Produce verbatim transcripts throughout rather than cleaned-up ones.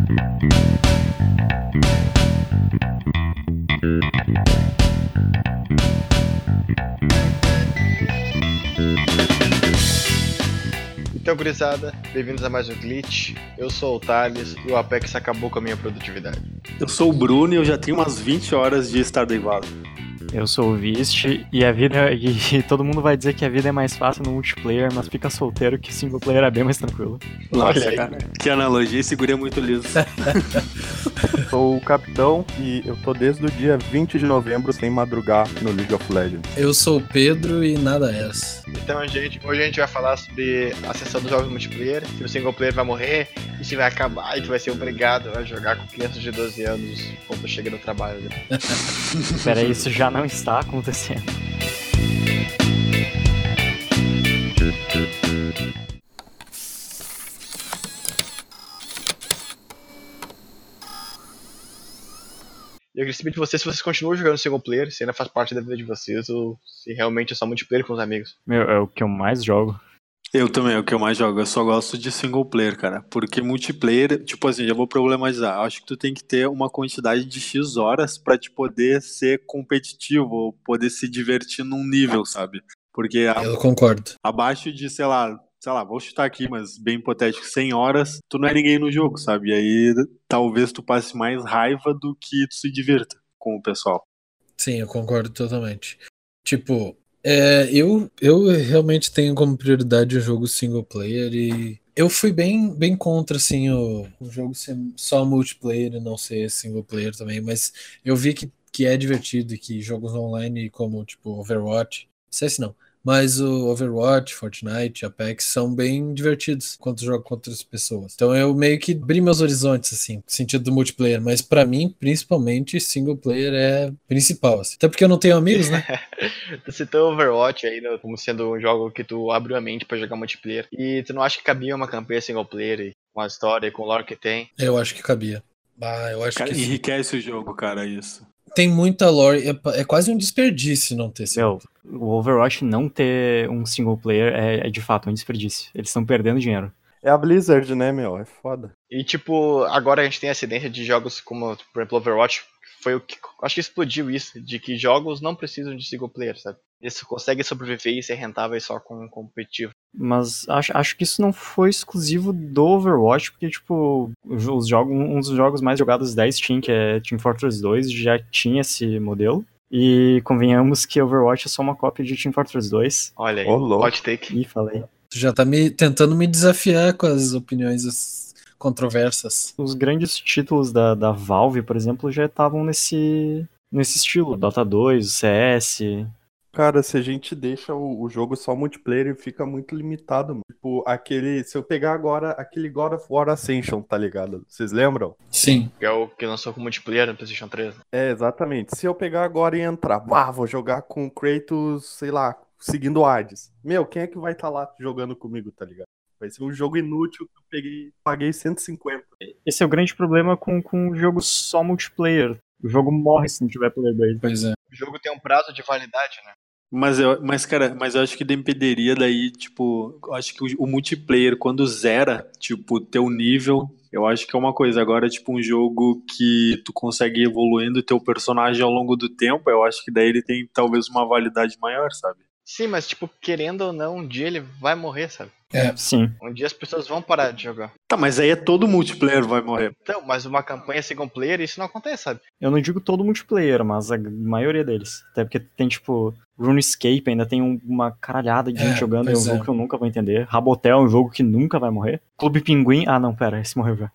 Então, gurizada, bem-vindos a mais um Glitch. Eu sou o Thales e o Apex acabou com a minha produtividade. Eu sou o Bruno e eu já tenho umas vinte horas de Stardew Valley. Eu sou o Vist e a vida. E todo mundo vai dizer que a vida é mais fácil no multiplayer, mas fica solteiro que single player é bem mais tranquilo. Nossa, olha, cara, que analogia, esse guri é muito liso. Sou o Capitão e eu tô desde o dia vinte de novembro sem madrugar no League of Legends. Eu sou o Pedro e nada é essa. Então, gente, hoje a gente vai falar sobre a sessão dos jogos multiplayer, se o single player vai morrer, e se vai acabar, e tu vai ser obrigado a jogar com crianças de doze anos quando chega no trabalho. Né? Peraí, isso já não está acontecendo. Eu queria saber de vocês se vocês continuam jogando single player, se ainda faz parte da vida de vocês, ou se realmente é só multiplayer com os amigos. Meu, é o que eu mais jogo. Eu também, é o que eu mais jogo. Eu só gosto de single player, cara. Porque multiplayer, tipo assim, já vou problematizar. Acho que tu tem que ter uma quantidade de X horas pra te poder ser competitivo, ou poder se divertir num nível, sabe? Porque a... eu concordo. Abaixo de, sei lá, sei lá, vou chutar aqui, mas bem hipotético, cem horas, tu não é ninguém no jogo, sabe? E aí talvez tu passe mais raiva do que tu se divirta com o pessoal. Sim, eu concordo totalmente. Tipo, é, eu, eu realmente tenho como prioridade o jogo single player e eu fui bem, bem contra, assim, o, o jogo ser só multiplayer e não ser single player também, mas eu vi que, que é divertido e que jogos online como, tipo, Overwatch, C S não, mas o Overwatch, Fortnite, Apex são bem divertidos quando jogo com outras pessoas. Então eu meio que abri meus horizontes, assim, no sentido do multiplayer. Mas pra mim, principalmente, single player é principal, assim. Até porque eu não tenho amigos, né? Tu citou Overwatch aí, né, como sendo um jogo que tu abriu a mente pra jogar multiplayer. E tu não acha que cabia uma campanha single player com a história, com o lore que tem? Eu acho que cabia. Ah, eu acho cara, que enriquece sim. O jogo, cara, isso. Tem muita lore, é, é quase um desperdício não ter single player. O Overwatch não ter um single player é, é de fato um desperdício. Eles estão perdendo dinheiro. É a Blizzard, né, meu? É foda. E tipo, agora a gente tem a acidência de jogos como, por exemplo, Overwatch, foi o que, acho que explodiu isso, de que jogos não precisam de single player, sabe? Eles conseguem sobreviver e ser rentáveis só com competitivo. Mas acho, acho que isso não foi exclusivo do Overwatch, porque, tipo, os jogos, um dos jogos mais jogados da Steam, que é Team Fortress dois, já tinha esse modelo. E convenhamos que Overwatch é só uma cópia de Team Fortress dois. Olha aí, oh, hot take. Ih, falei. Tu já tá me, tentando me desafiar com as opiniões controversas. Os grandes títulos da, da Valve, por exemplo, já estavam nesse, nesse estilo. Dota dois, C S... Cara, se a gente deixa o, o jogo só multiplayer, ele fica muito limitado, mano. Tipo, aquele... Se eu pegar agora aquele God of War Ascension, tá ligado? Vocês lembram? Sim. Que é o que lançou com multiplayer no PlayStation três. É, exatamente. Se eu pegar agora e entrar, bah, vou jogar com Kratos, sei lá, seguindo Hades. Meu, quem é que vai estar tá lá jogando comigo, tá ligado? Vai ser um jogo inútil que eu peguei, paguei cento e cinquenta. Esse é o grande problema com, com o jogo só multiplayer. O jogo morre se não tiver player base. Pois é. O jogo tem um prazo de validade, né? Mas, eu, mas, cara, mas eu acho que dependeria daí, tipo, eu acho que o, o multiplayer, quando zera, tipo, teu nível, eu acho que é uma coisa. Agora, tipo, um jogo que tu consegue ir evoluindo teu personagem ao longo do tempo, eu acho que daí ele tem talvez uma validade maior, sabe? Sim, mas, tipo, querendo ou não, um dia ele vai morrer, sabe? É. Sim. Um dia as pessoas vão parar de jogar. Tá, mas aí é todo multiplayer vai morrer. Então, mas uma campanha single player, isso não acontece, sabe? Eu não digo todo multiplayer, mas a maioria deles. Até porque tem, tipo, RuneScape, ainda tem um, uma caralhada de gente É, jogando, é um pois é. jogo que eu nunca vou entender. Rabotel é um jogo que nunca vai morrer. Clube Pinguim, ah não, pera, esse morreu já.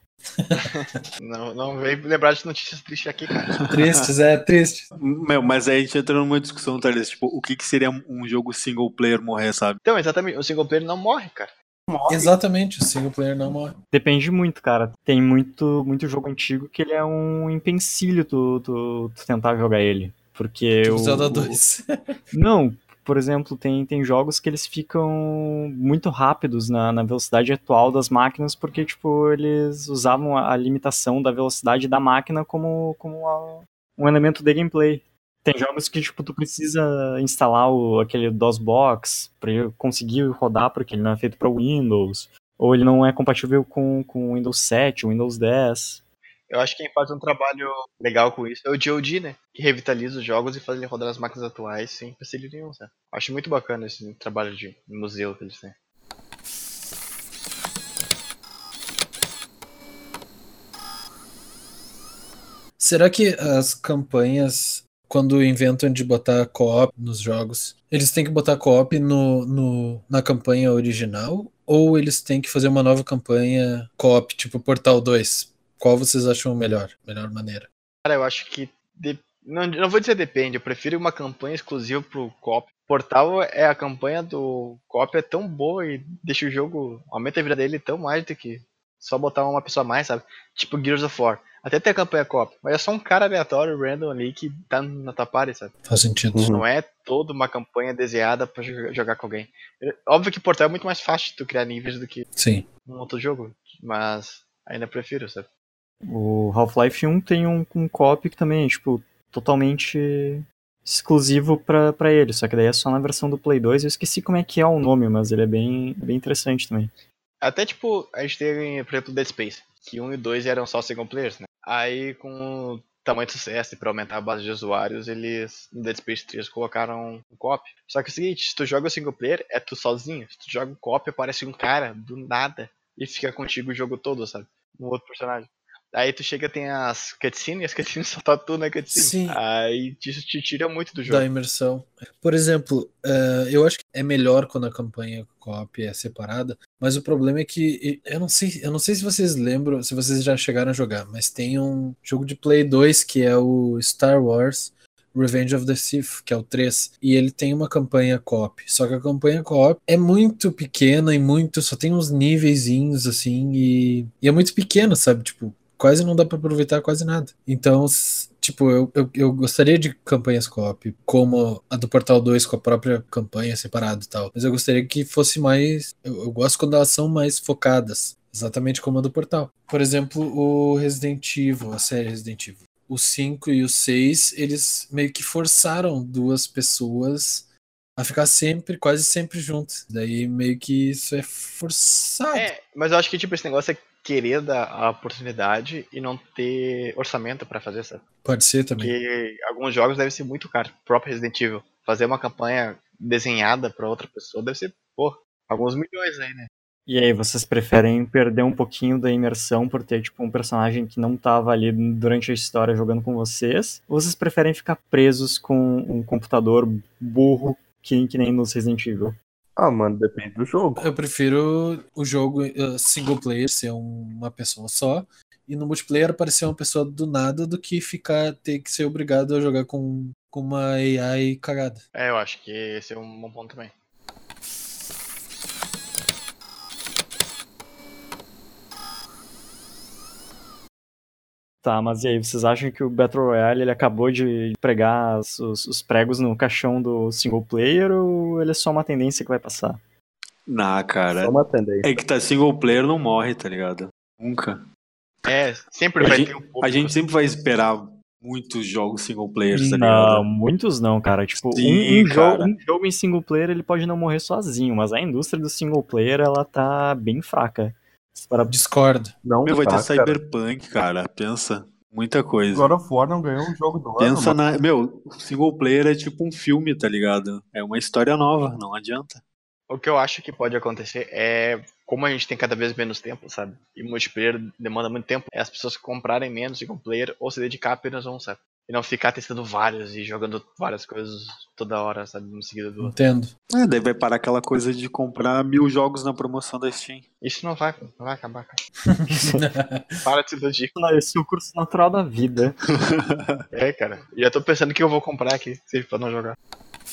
Não, não veio lembrar de notícias tristes aqui, cara. Tristes, é, triste. Meu, mas aí a gente entra numa discussão, Thales, tipo, o que, que seria um jogo single player morrer, sabe? Então, exatamente, o single player não morre, cara. Morre. Exatamente, o single player não morre. Depende muito, cara. Tem muito, muito jogo antigo que ele é um empecilho tu, tu, tu tentar jogar ele. Porque Tipo o... Zelda dois. Não, por exemplo, tem, tem jogos que eles ficam muito rápidos na, na velocidade atual das máquinas, porque, tipo, eles usavam a, a limitação da velocidade da máquina como, como a, um elemento de gameplay. Tem jogos que, tipo, tu precisa instalar o, aquele DOSBox pra ele conseguir rodar, porque ele não é feito pra Windows. ou ele não é compatível com o Windows sete, Windows dez. Eu acho que quem faz um trabalho legal com isso é o G O D, né? Que revitaliza os jogos e faz ele rodar nas máquinas atuais sem empecilho nenhum, sabe? Acho muito bacana esse trabalho de museu que eles têm. Será que as campanhas, quando inventam de botar co-op nos jogos, eles têm que botar co-op no, no, na campanha original? Ou eles têm que fazer uma nova campanha co-op, tipo Portal dois? Qual vocês acham melhor? Melhor maneira? Cara, eu acho que... De... Não, não vou dizer depende, eu prefiro uma campanha exclusiva pro co-op. Portal é a campanha do co-op é tão boa e deixa o jogo... Aumenta a vida dele tão mais do que só botar uma pessoa a mais, sabe? Tipo Gears of War. Até tem a campanha co-op, mas é só um cara aleatório, random ali, que tá na tua party, sabe? Faz sentido. Uhum. Não é toda uma campanha desenhada pra jogar com alguém. Óbvio que Portal é muito mais fácil de tu criar níveis do que Sim. um outro jogo, mas ainda prefiro, sabe? O Half-Life um tem um, um co-op que também é, tipo, totalmente exclusivo pra, pra ele, só que daí é só na versão do Play dois. Eu esqueci como é que é o nome, mas ele é bem, bem interessante também. Até tipo, a gente tem, por exemplo, Dead Space, que um e dois eram só single players, né? Aí com o tamanho de sucesso e pra aumentar a base de usuários, eles no Dead Space três colocaram um co-op. Só que é o seguinte, se tu joga o single player, é tu sozinho. Se tu joga o co-op, aparece um cara do nada e fica contigo o jogo todo, sabe? Um outro personagem. Aí tu chega, tem as cutscenes, e as cutscenes só tá tu na cutscene. Sim. Aí isso te tira muito do jogo. Da imersão. Por exemplo, uh, eu acho que é melhor quando a campanha co-op é separada, mas o problema é que eu não sei, eu não sei se vocês lembram, se vocês já chegaram a jogar, mas tem um jogo de Play dois que é o Star Wars Revenge of the Sith, que é o três, e ele tem uma campanha co-op, só que a campanha co-op é muito pequena e muito, só tem uns níveiszinhos assim, e, e é muito pequena, sabe, tipo, quase não dá pra aproveitar quase nada. Então, tipo, eu, eu, eu gostaria de campanhas co-op, como a do Portal dois com a própria campanha separada e tal, mas eu gostaria que fosse mais, eu, eu gosto quando elas são mais focadas, exatamente como a do Portal. Por exemplo, o Resident Evil, a série Resident Evil. O cinco e o seis, eles meio que forçaram duas pessoas a ficar sempre, quase sempre juntos. Daí meio que isso é forçado. É, mas eu acho que tipo, esse negócio é querer dar a oportunidade e não ter orçamento pra fazer, sabe? Pode ser também. Porque alguns jogos devem ser muito caros. O próprio Resident Evil. Fazer uma campanha desenhada pra outra pessoa deve ser, pô, alguns milhões aí, né? E aí, vocês preferem perder um pouquinho da imersão por ter, tipo, um personagem que não tava ali durante a história jogando com vocês? Ou vocês preferem ficar presos com um computador burro que, que nem nos Resident Evil? Ah, mano, depende do jogo. Eu prefiro o jogo uh, single player ser um, uma pessoa só, e no multiplayer aparecer uma pessoa do nada, do que ficar, ter que ser obrigado a jogar com, com uma A I cagada. É, eu acho que esse é um bom ponto também. Tá, mas e aí, vocês acham que o Battle Royale ele acabou de pregar os, os pregos no caixão do single player, ou ele é só uma tendência que vai passar? Nah, cara. Só uma tendência. É que tá single player não morre, tá ligado? Nunca. É, sempre A vai gente, ter um pouco. a gente sempre vai esperar muitos jogos single players, tá Não, ligado? muitos não, cara. Tipo, Sim, um, um, cara. jogo, um jogo em single player ele pode não morrer sozinho, mas a indústria do single player ela tá bem fraca. Para... Discordo. Não, Meu, vai tá, ter Cyberpunk, cara. Pensa. Muita coisa. God of War não ganhou um jogo do Pensa ano, mano. na. Meu, single player é tipo um filme, tá ligado? É uma história nova, não adianta. O que eu acho que pode acontecer é, como a gente tem cada vez menos tempo, sabe? E multiplayer demanda muito tempo, é as pessoas comprarem menos single player ou se dedicar apenas a um, sabe? E não ficar testando vários e jogando várias coisas toda hora, sabe? Um seguido do outro. Entendo. É, daí vai parar aquela coisa de comprar mil jogos na promoção da Steam. Isso não vai, não vai acabar, cara. Para de se iludir. Esse é o curso natural da vida. É, cara. Já tô pensando que eu vou comprar aqui, se pra não jogar.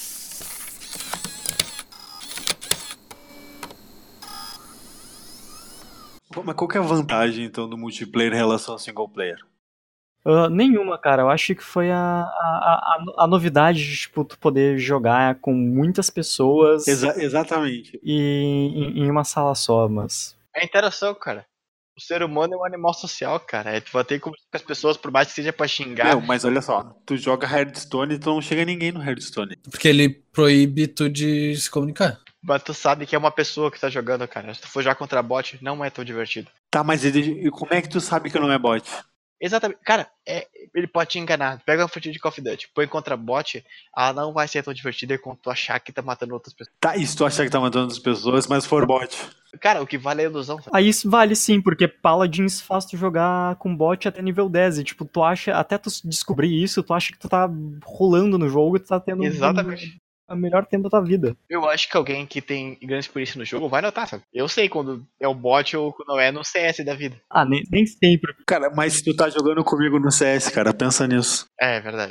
Mas qual que é a vantagem, então, do multiplayer em relação ao single player? Uh, nenhuma, cara. Eu acho que foi a, a, a, a novidade de tipo, tu poder jogar com muitas pessoas Exa- exatamente. e em, em uma sala só, mas... É interação, cara. O ser humano é um animal social, cara. É, tu vai ter que conversar com as pessoas, por mais que seja pra xingar. Meu, mas olha só, tu joga Hearthstone e tu não chega ninguém no Hearthstone. Porque ele proíbe tu de se comunicar. Mas tu sabe que é uma pessoa que tá jogando, cara. Se tu for jogar contra bot, não é tão divertido. Tá, mas ele, e como é que tu sabe que não é bot? Exatamente. Cara, é, ele pode te enganar. Pega uma partida de Call of Duty, põe contra bot, ela não vai ser tão divertida quanto tu achar que tá matando outras pessoas. Tá, e se tu achar que tá matando as pessoas, mas for bot? Cara, o que vale é a ilusão, sabe? Aí isso vale sim, porque Paladins faz tu jogar com bot até nível dez. E tipo, tu acha, até tu descobrir isso, tu acha que tu tá rolando no jogo e tu tá tendo Exatamente. o melhor tempo da tua vida. Eu acho que alguém que tem grande experiência no jogo vai notar, sabe? Eu sei quando é o bot ou quando é no C S da vida. Ah, nem, nem sempre. Cara, mas se tu tá jogando comigo no C S, cara, pensa nisso. É, verdade.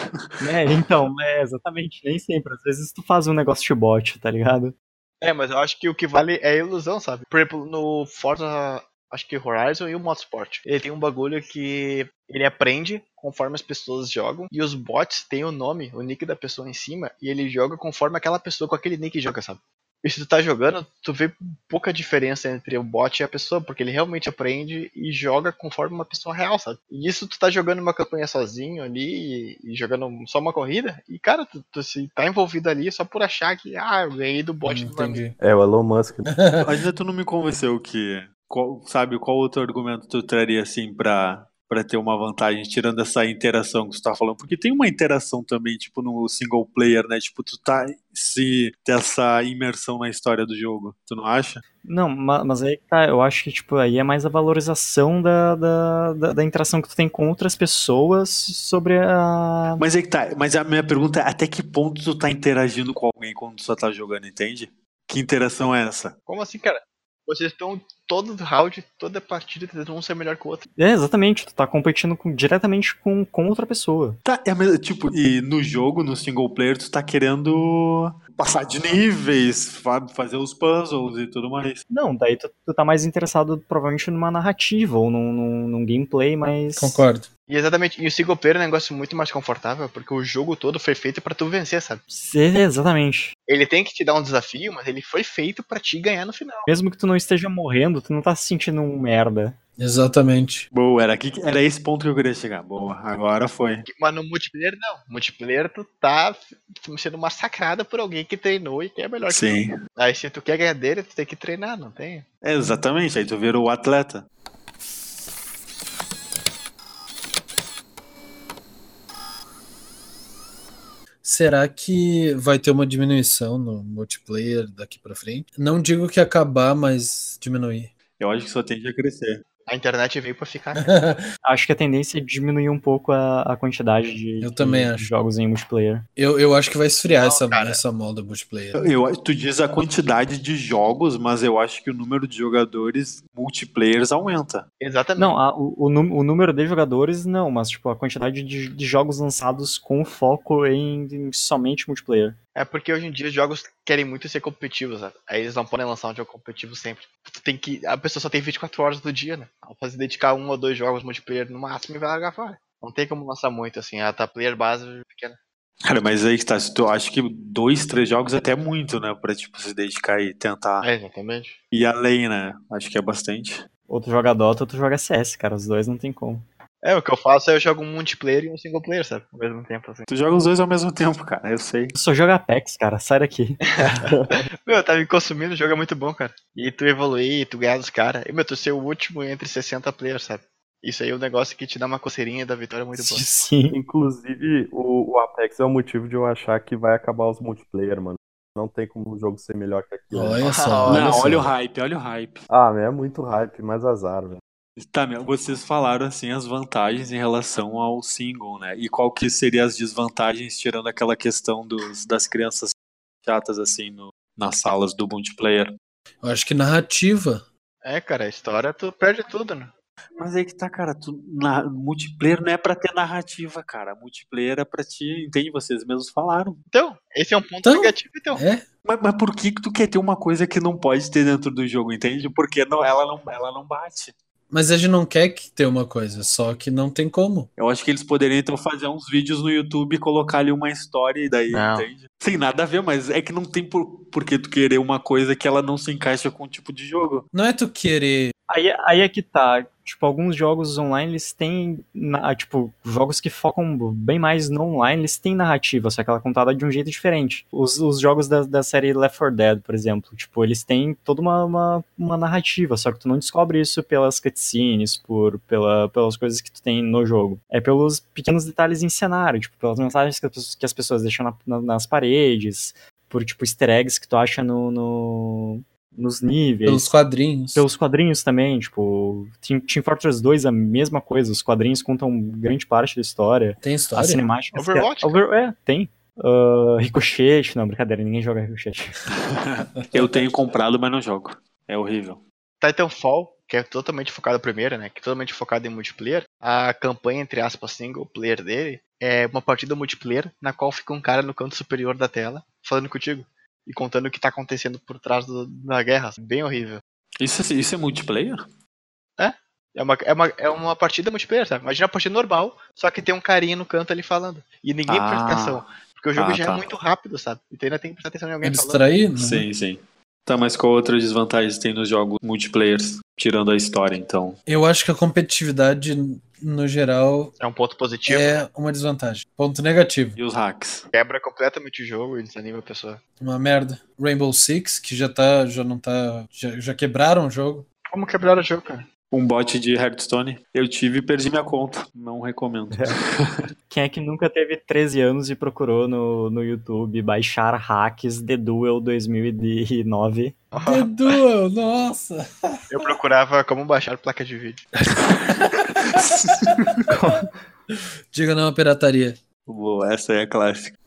É, então, é, exatamente, nem sempre. Às vezes tu faz um negócio de bot, tá ligado? É, mas eu acho que o que vale é a ilusão, sabe? Por exemplo, no Forza, acho que Horizon e o Motorsport, ele tem um bagulho que ele aprende conforme as pessoas jogam, e os bots têm o nome, o nick da pessoa em cima, e ele joga conforme aquela pessoa com aquele nick joga, sabe? E se tu tá jogando, tu vê pouca diferença entre o bot e a pessoa, porque ele realmente aprende e joga conforme uma pessoa real, sabe? E isso tu tá jogando uma campanha sozinho ali, e, e jogando só uma corrida, e cara, tu, tu se tá envolvido ali só por achar que, ah, eu ganhei do bot Hum, do meu amigo. entendi. É, o Elon Musk. Né? Ainda tu não me convenceu que, qual- sabe, qual outro argumento tu traria, assim, pra, pra ter uma vantagem, tirando essa interação que tu tá falando? Porque tem uma interação também, tipo, no single player, né? Tipo, tu tá se ter essa imersão na história do jogo, tu não acha? Não, ma- mas aí que tá, eu acho que, tipo, aí é mais a valorização da, da, da, da interação que tu tem com outras pessoas sobre a... Mas aí que tá, mas a minha pergunta é até que ponto tu tá interagindo com alguém quando tu só tá jogando, entende? Que interação é essa? Como assim, cara? Vocês estão todo round, toda partida tentando um ser melhor que o outro. É, exatamente, tu tá competindo com- diretamente com, com outra pessoa. Tá, é a mesma- tipo, e no jogo, no single player, tu tá querendo passar de níveis, fa- fazer os puzzles e tudo mais. Não, daí tu, tu tá mais interessado provavelmente numa narrativa ou num, num, num gameplay mais... Concordo. E exatamente, e o single player é um negócio muito mais confortável, porque o jogo todo foi feito pra tu vencer, sabe? É, exatamente. Ele tem que te dar um desafio, mas ele foi feito pra te ganhar no final. Mesmo que tu não esteja morrendo, tu não tá se sentindo um merda. Exatamente. Boa, era, aqui, era esse ponto que eu queria chegar. Boa, agora foi. Mas no multiplayer não. No multiplayer tu tá sendo massacrado por alguém que treinou e que é melhor que Sim, tu. Aí se tu quer ganhar dele, tu tem que treinar, não tem? é exatamente, aí tu vira o atleta. Será que vai ter uma diminuição no multiplayer daqui pra frente? Não digo que acabar, mas diminuir. Eu acho que só tende a crescer. A internet veio pra ficar. Acho que a tendência é diminuir um pouco a, a quantidade de, Eu de- também de acho. jogos em multiplayer. Eu, eu acho que vai esfriar Não, essa, cara. essa moda multiplayer. Eu, tu diz a quantidade de jogos, mas eu acho que o número de jogadores multiplayers aumenta. Exatamente. Não, a- o, o, nú- o número de jogadores não, mas tipo, a quantidade de, de jogos lançados com foco em, em somente multiplayer. É porque hoje em dia os jogos querem muito ser competitivos, sabe? Aí eles não podem lançar um jogo competitivo sempre. Tu tem que. A pessoa só tem vinte e quatro horas do dia, né? Ela pode se dedicar a um ou dois jogos multiplayer no máximo e vai largar fora. Não tem como lançar muito, assim. A tá player base pequena. Cara, mas aí que tá, se tu acho que dois, três jogos é até muito, né? Pra tipo, se dedicar e tentar É, exatamente. ir além, né? Acho que é bastante. Outro joga Dota, outro joga C S, cara. Os dois não tem como. É, o que eu faço é eu jogo um multiplayer e um single player, sabe? Ao mesmo tempo, assim. Tu joga os dois ao mesmo tempo, cara, eu sei. Eu só jogo Apex, cara. Sai daqui. Meu, tá me consumindo, o jogo é muito bom, cara. E tu evoluir, tu ganhar dos caras. E, meu, tu ser o último entre sessenta players, sabe? Isso aí é um negócio que te dá uma coceirinha da vitória muito boa. Sim. Inclusive, o, o Apex é o motivo de eu achar que vai acabar os multiplayer, mano. Não tem como o jogo ser melhor que aquilo. Olha só, olha Não, só. olha o hype, olha o hype. Ah, é muito hype, mais azar, velho. Tá, meu, vocês falaram assim as vantagens em relação ao single, né? E qual que seriam as desvantagens, tirando aquela questão dos, das crianças chatas assim no, nas salas do multiplayer. Eu acho que narrativa. É, cara, a história tu perde tudo, né? Mas aí que tá, cara, tu, na, multiplayer não é pra ter narrativa, cara. Multiplayer é pra te, entende? Vocês mesmos falaram. Então, esse é um ponto Então, negativo, então. É? Mas, mas por que que tu quer ter uma coisa que não pode ter dentro do jogo, entende? Porque não, ela, não, ela não bate. Mas a gente não quer que ter uma coisa, só que não tem como. Eu acho que eles poderiam então fazer uns vídeos no YouTube e colocar ali uma história e daí, Não. entende? Sem nada a ver, mas é que não tem por, por que tu querer uma coisa que ela não se encaixa com o tipo de jogo. Não é tu querer, tipo, ah, eu quero ter uma história, eu quero ter um negócio, mas eu não quero que seja Aí, aí é que tá. Tipo, alguns jogos online, eles têm, na- tipo, jogos que focam bem mais no online, eles têm narrativa, só que ela é contada de um jeito diferente. Os, os jogos da, da série Left four Dead, por exemplo, tipo, eles têm toda uma, uma, uma narrativa, só que tu não descobre isso pelas cutscenes, por, pela, pelas coisas que tu tem no jogo. É pelos pequenos detalhes em cenário, tipo, pelas mensagens que as, que as pessoas deixam na- na- nas paredes, por, tipo, easter eggs que tu acha no, no- nos níveis. Pelos quadrinhos. Pelos quadrinhos também, tipo, Team, Team Fortress dois a mesma coisa, os quadrinhos contam grande parte da história. Tem A história? cinemática... Overwatch, Over, é, tem. Uh, Ricochet, não, brincadeira, ninguém joga Ricochet. Eu tenho comprado, mas não jogo. É horrível. Titanfall, que é totalmente focado primeiro, né? Que é totalmente focado em multiplayer. A campanha, entre aspas, single player dele é uma partida multiplayer na qual fica um cara no canto superior da tela falando contigo e contando o que tá acontecendo por trás do- da guerra. Bem horrível. Isso, é- isso é multiplayer? É? É uma, é, uma, é uma partida multiplayer, sabe? Imagina uma partida normal, só que tem um carinha no canto ali falando. E ninguém Ah. presta atenção. Porque o jogo Ah, já tá. é muito rápido, sabe? Então ainda tem que prestar atenção em alguém É falando. distraído? né? Sim, sim. Tá, mas qual outra desvantagem tem nos jogos multiplayers? Tirando a história, então. Eu acho que a competitividade, no geral, É um ponto positivo, é né? uma desvantagem. Ponto negativo. E os hacks? Quebra completamente o jogo e desanima a pessoa. Uma merda. Rainbow Six, que já tá, já não tá, já, já quebraram o jogo. Como quebrar o jogo, cara? Um bot de Hearthstone. Eu tive e perdi minha conta. Não recomendo. Quem é que nunca teve treze anos e procurou no, no YouTube baixar hacks The Duel dois mil e nove? The Duel, nossa! Eu procurava como baixar placa de vídeo. Diga não à pirataria. Boa, essa é a clássica.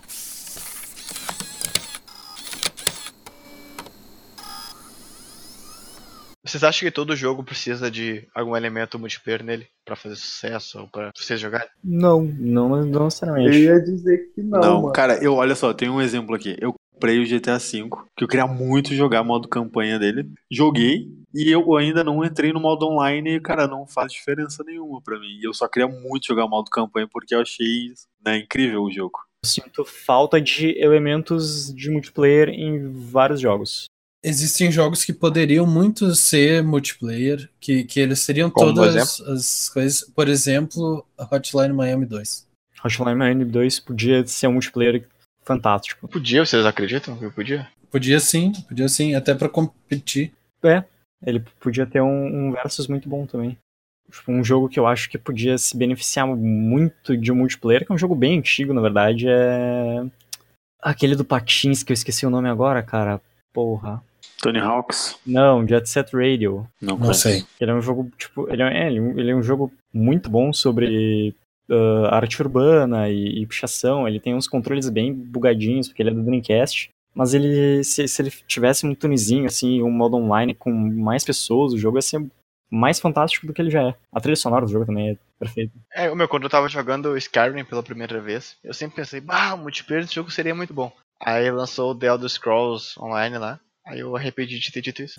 Vocês acham que todo jogo precisa de algum elemento multiplayer nele pra fazer sucesso ou pra vocês jogarem? Não, não, não Eu necessariamente. ia dizer que não, Não, mano. cara, eu olha só, tem um exemplo aqui. Eu comprei o G T A cinco, que eu queria muito jogar modo campanha dele. Joguei e eu ainda não entrei no modo online e, cara, não faz diferença nenhuma pra mim. E eu só queria muito jogar modo campanha porque eu achei, né, incrível o jogo. Eu sinto falta de elementos de multiplayer em vários jogos. Existem jogos que poderiam muito ser multiplayer, que, que eles seriam Como todas as coisas. Por exemplo, a Hotline Miami dois. Hotline Miami dois podia ser um multiplayer fantástico. Podia, vocês acreditam que podia? Podia sim, podia sim, até pra competir. É, ele podia ter um, um versus muito bom também. Tipo, um jogo que eu acho que podia se beneficiar muito de um multiplayer, que é um jogo bem antigo, na verdade, é... aquele do Patins, que eu esqueci o nome agora, cara. Porra. Tony Hawks? Não, Jet Set Radio. Não, Não conheço. sei. Ele é um jogo, tipo, ele é, ele é um- ele é um jogo muito bom sobre uh, arte urbana e, e pichação. Ele tem uns controles bem bugadinhos, porque ele é do Dreamcast. Mas ele, se, se ele tivesse um tunezinho, assim, um modo online com mais pessoas, o jogo ia ser mais fantástico do que ele já é. A trilha sonora do jogo também é perfeita. É, o meu, quando eu tava jogando Skyrim pela primeira vez, eu sempre pensei, bah, o multiplayer desse jogo seria muito bom. Aí lançou o The Elder Scrolls Online lá, aí eu arrependi de ter dito isso.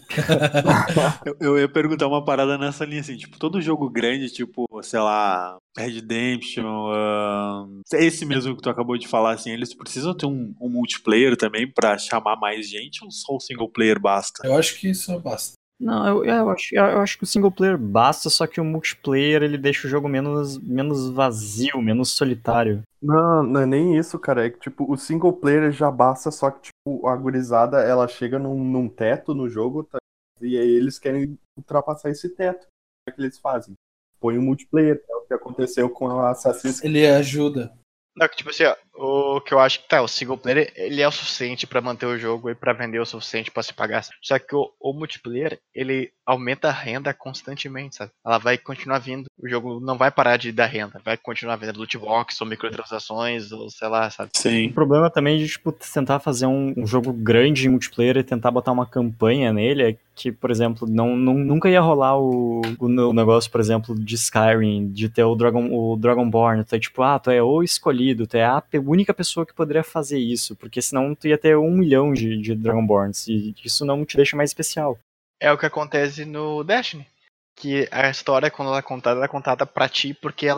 Eu, eu ia perguntar uma parada nessa linha, assim, tipo, todo jogo grande, tipo, sei lá, Red Redemption, ahn, esse mesmo que tu acabou de falar, assim, eles precisam ter um, um multiplayer também pra chamar mais gente ou só o single player basta? Eu acho que isso basta. Não, eu, eu, acho, eu acho que o single player basta, só que o multiplayer ele deixa o jogo menos, menos vazio, menos solitário. Não, não é nem isso, cara. É que, tipo, o single player já basta, só que, tipo, a gurizada, ela chega num, num teto no jogo, tá? E aí eles querem ultrapassar esse teto. O que é que eles fazem? Põe um multiplayer, é o que aconteceu com a Assassin's Creed. Ele ajuda. Não, que tipo assim, ó, o que eu acho que tá, o single player, ele é o suficiente pra manter o jogo e pra vender o suficiente pra se pagar. Só que o, o multiplayer, ele aumenta a renda constantemente, sabe? Ela vai continuar vindo, o jogo não vai parar de dar renda, vai continuar vendendo loot box, ou microtransações, ou sei lá, sabe? O Sim. problema também de, tipo, tentar fazer um, um jogo grande em multiplayer e tentar botar uma campanha nele é que, por exemplo, não, não, nunca ia rolar o, o no- negócio, por exemplo, de Skyrim, de ter o, Dragon, o Dragonborn. Tu é tipo, ah, tu é o escolhido, tu é a pe- única pessoa que poderia fazer isso, porque senão tu ia ter um milhão de, de Dragonborns, e isso não te deixa mais especial. É o que acontece no Destiny. Que a história, quando ela é contada, ela é contada pra ti porque ela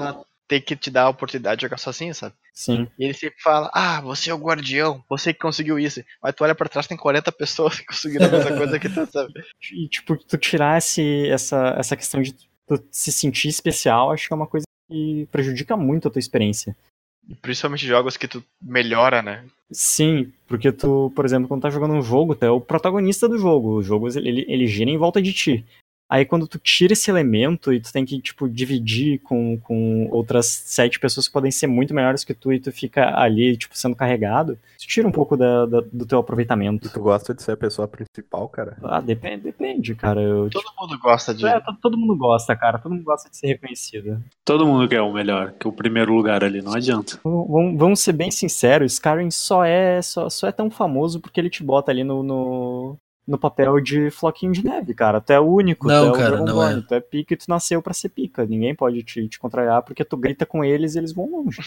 tem que te dar a oportunidade de jogar sozinho, sabe? Sim. E ele sempre fala, ah, você é o guardião, você que conseguiu isso. Mas tu olha pra trás, tem quarenta pessoas que conseguiram a mesma coisa que tu, sabe? E, tipo, tu tirar esse, essa, essa questão de tu se sentir especial, acho que é uma coisa que prejudica muito a tua experiência. E principalmente jogos que tu melhora, né? Sim, porque tu, por exemplo, quando tá jogando um jogo, tu é o protagonista do jogo. O jogo, ele, ele gira em volta de ti. Aí quando tu tira esse elemento e tu tem que, tipo, dividir com, com outras sete pessoas que podem ser muito melhores que tu e tu fica ali, tipo, sendo carregado, tu tira um pouco da, da- do teu aproveitamento. E tu gosta de ser a pessoa principal, cara? Ah, depende, depende, cara. Eu, Todo tipo, mundo gosta de... é, to- todo mundo gosta, cara. Todo mundo gosta de ser reconhecido. Todo mundo quer o melhor, que o primeiro lugar ali, não adianta. Vamos, vamos ser bem sinceros, Skyrim só é, só, só é tão famoso porque ele te bota ali no, no, no papel de floquinho de neve, cara. Tu é o único, Não, tu é o cara, não Dragonborn, é. tu é pica e tu nasceu pra ser pica. Ninguém pode te, te contrariar porque tu grita com eles e eles vão longe.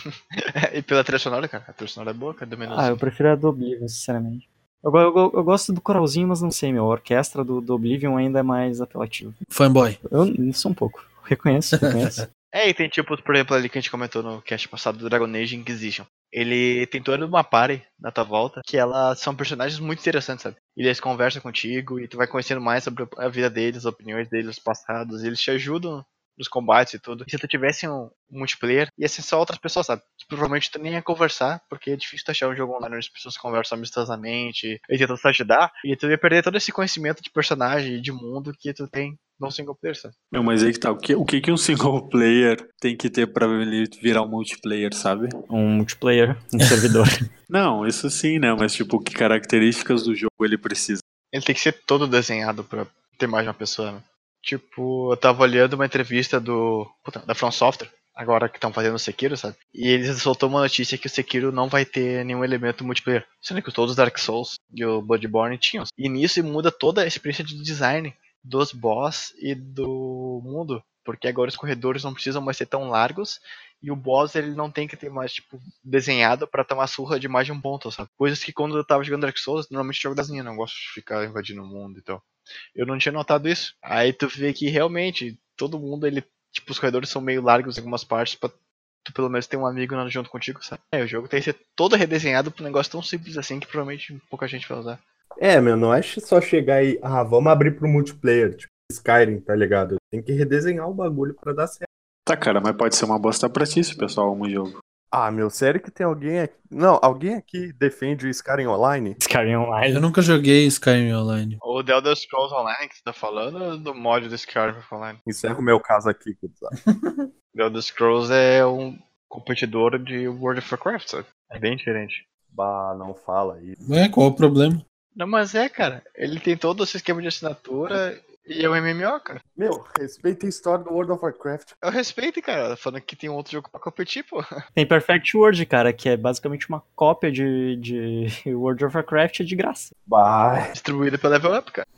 E pela trilha sonora, cara. A trilha sonora é boa, cara, do menos. Ah, eu prefiro a do Oblivion, sinceramente. Eu, go- eu, go- eu gosto do coralzinho, mas não sei, meu. A orquestra do, do Oblivion ainda é mais apelativa. Fanboy. Eu isso um pouco. Reconheço, reconheço. É, e tem tipo, por exemplo, ali que a gente comentou no cast passado do Dragon Age Inquisition. Ele tem toda uma party na tua volta, que elas são personagens muito interessantes, sabe? E eles conversam contigo e tu vai conhecendo mais sobre a vida deles, as opiniões deles, os passados, e eles te ajudam nos combates e tudo. E se tu tivesse um multiplayer, ia ser só outras pessoas, sabe? Que provavelmente tu nem ia conversar, porque é difícil tu achar um jogo online onde as pessoas conversam amistosamente e tentam te ajudar, e tu ia perder todo esse conhecimento de personagem e de mundo que tu tem no single player, sabe? Meu, mas aí que tá, o que, o que que um single player tem que ter pra ele virar um multiplayer, sabe? Um multiplayer, um servidor. Não, isso sim, né? Mas tipo, que características do jogo ele precisa? Ele tem que ser todo desenhado pra ter mais de uma pessoa, né? Tipo, eu tava olhando uma entrevista do puta, da From Software, agora que estão fazendo o Sekiro, sabe? E eles soltou uma notícia que o Sekiro não vai ter nenhum elemento multiplayer. Sendo que todos os Dark Souls e o Bloodborne tinham. E nisso muda toda a experiência de design dos boss e do mundo. Porque agora os corredores não precisam mais ser tão largos. E o boss ele não tem que ter mais, tipo, desenhado pra tomar surra de mais de um ponto, sabe? Coisas que quando eu tava jogando Dark Souls, normalmente eu jogo das linhas, não gosto de ficar invadindo o mundo e tal. Eu não tinha notado isso. Aí tu vê que realmente todo mundo, ele. Tipo, os corredores são meio largos em algumas partes pra tu pelo menos ter um amigo andando junto contigo, sabe? É, o jogo tem que ser todo redesenhado pra um negócio tão simples assim que provavelmente pouca gente vai usar. É, meu, não é só chegar e, ah, vamos abrir pro multiplayer, tipo Skyrim, tá ligado? Tem que redesenhar o bagulho pra dar certo. Tá, cara, mas pode ser uma bosta pra ti se o pessoal ama o jogo. Ah, meu, sério que tem alguém aqui... Não, alguém aqui defende o Skyrim Online? Skyrim Online. Eu nunca joguei Skyrim Online. O The Elder Scrolls Online que você tá falando ou do mod do Skyrim Online? Encerra o meu caso aqui, gurizada. The Elder Scrolls é um competidor de World of Warcraft, sabe? É bem diferente. Bah, não fala isso. Ué, qual o problema? Não, mas é, cara. Ele tem todo esse esquema de assinatura e é um M M O, cara. Meu, respeita a história do World of Warcraft. Eu respeito, cara. Falando que tem um outro jogo pra competir, pô. Tem Perfect World, cara, que é basicamente uma cópia de, de World of Warcraft de graça. Bah, Distribuído pela Level Up, cara.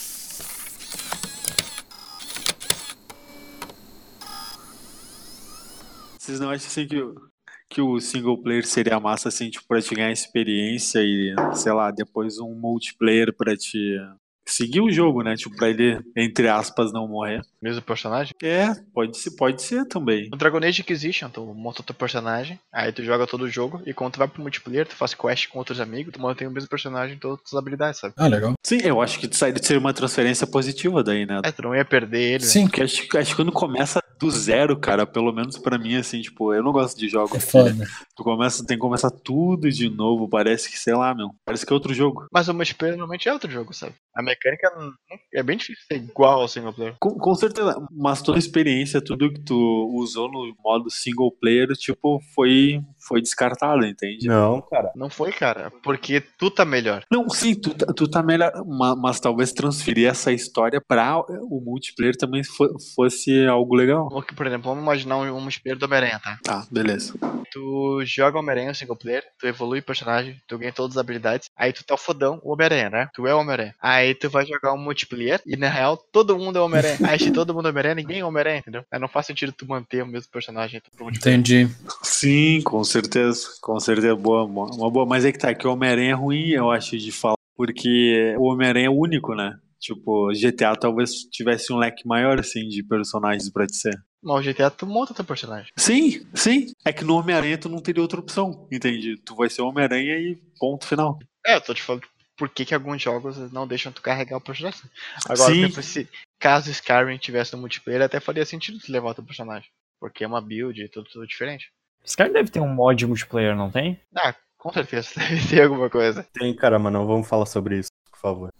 Vocês não acham assim que, o- que o single player seria massa assim, tipo, pra te ganhar experiência e, sei lá, depois um multiplayer pra te seguir o jogo, né? Tipo, pra ele, entre aspas, não morrer. Mesmo personagem. É, pode ser, pode ser também. No Dragon Age Inquisition, tu monta teu personagem, aí tu joga todo o jogo, e quando tu vai pro multiplayer, tu faz quest com outros amigos, tu mantém o mesmo personagem e todas as habilidades, sabe? Ah, legal. Sim, eu acho que sai de ser uma transferência positiva daí, né? É, tu não ia perder ele, né? Sim, Porque acho, que- acho que quando começa do zero, cara, pelo menos pra mim, assim, tipo, eu não gosto de é jogos. foda. Tu começa, tem que começar tudo de novo, parece que, sei lá, meu, parece que é outro jogo. Mas o multiplayer normalmente é outro jogo, sabe? A mecânica não- é bem difícil ser igual ao single player. Com, com certeza, mas toda a experiência, tudo que tu usou no modo single player, tipo, foi, foi descartado, entende? não, cara. Não foi, cara, porque tu tá melhor. Não, sim, tu, tá- tu tá melhor, ma- mas, talvez transferir essa história pra o multiplayer também fo- fosse algo legal. Como que, por exemplo, vamos imaginar um, um multiplayer do Homem-Aranha, tá? Tá, beleza. Tu joga o Homem-Aranha no single player, tu evolui o personagem, tu ganha todas as habilidades, aí tu tá o fodão, o Homem-Aranha, né? Tu é o Homem-Aranha. Aí tu vai jogar um multiplayer e na real todo mundo é o Homem-Aranha. Aí se todo mundo é Homem-Aranha, ninguém é Homem-Aranha, entendeu? Aí não faz sentido tu manter o mesmo personagem pro multiplayer. Entendi. Sim, com certeza, com certeza, boa, uma uma boa, mas é que tá, que o Homem-Aranha é ruim, eu acho, de falar, porque o Homem-Aranha é único, né? Tipo, G T A talvez tivesse um leque maior, assim, de personagens pra te ser. Mas o G T A tu monta teu personagem. Sim, sim. É que no Homem-Aranha tu não teria outra opção, entende? Tu vai ser o Homem-Aranha e ponto final. É, eu tô te falando por que, que alguns jogos não deixam tu carregar o personagem. Agora, Sim. por exemplo, se caso Skyrim tivesse no multiplayer, até faria sentido tu levar o teu personagem. Porque é uma build e tudo, tudo diferente. Skyrim deve ter um mod multiplayer, não tem? Ah, com certeza deve ter alguma coisa. Tem, cara, mas não vamos falar sobre isso, por favor.